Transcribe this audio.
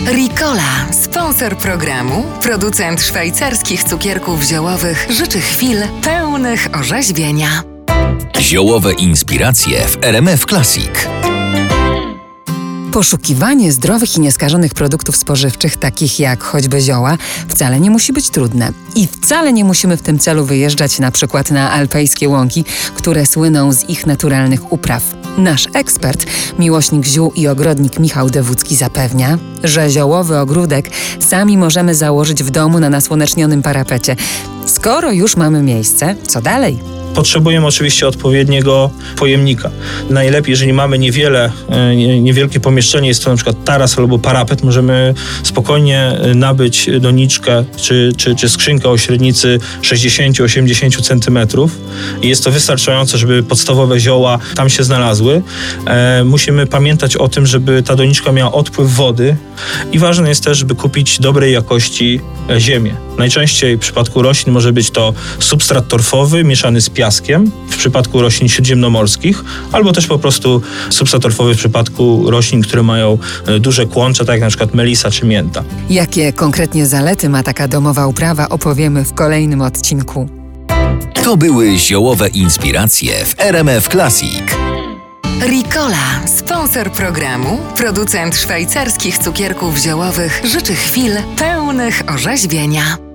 Ricola, sponsor programu, producent szwajcarskich cukierków ziołowych, życzy chwil pełnych orzeźwienia. Ziołowe inspiracje w RMF Classic. Poszukiwanie zdrowych i nieskażonych produktów spożywczych, takich jak choćby zioła, wcale nie musi być trudne. I wcale nie musimy w tym celu wyjeżdżać na przykład na alpejskie łąki, które słyną z ich naturalnych upraw. Nasz ekspert, miłośnik ziół i ogrodnik Michał Dewódzki zapewnia, że ziołowy ogródek sami możemy założyć w domu na nasłonecznionym parapecie. Skoro już mamy miejsce, co dalej? Potrzebujemy oczywiście odpowiedniego pojemnika. Najlepiej, jeżeli mamy niewielkie pomieszczenie, jest to na przykład taras albo parapet, możemy spokojnie nabyć doniczkę czy skrzynkę o średnicy 60-80 cm. I jest to wystarczające, żeby podstawowe zioła tam się znalazły. Musimy pamiętać o tym, żeby ta doniczka miała odpływ wody i ważne jest też, żeby kupić dobrej jakości ziemię. Najczęściej w przypadku roślin może być to substrat torfowy mieszany z piaskiem w przypadku roślin śródziemnomorskich, albo też po prostu substrat torfowy w przypadku roślin, które mają duże kłącze, tak jak na przykład melisa czy mięta. Jakie konkretnie zalety ma taka domowa uprawa, opowiemy w kolejnym odcinku. To były ziołowe inspiracje w RMF Classic. Ricola, sponsor programu, producent szwajcarskich cukierków ziołowych, życzy chwil pełnych orzeźwienia.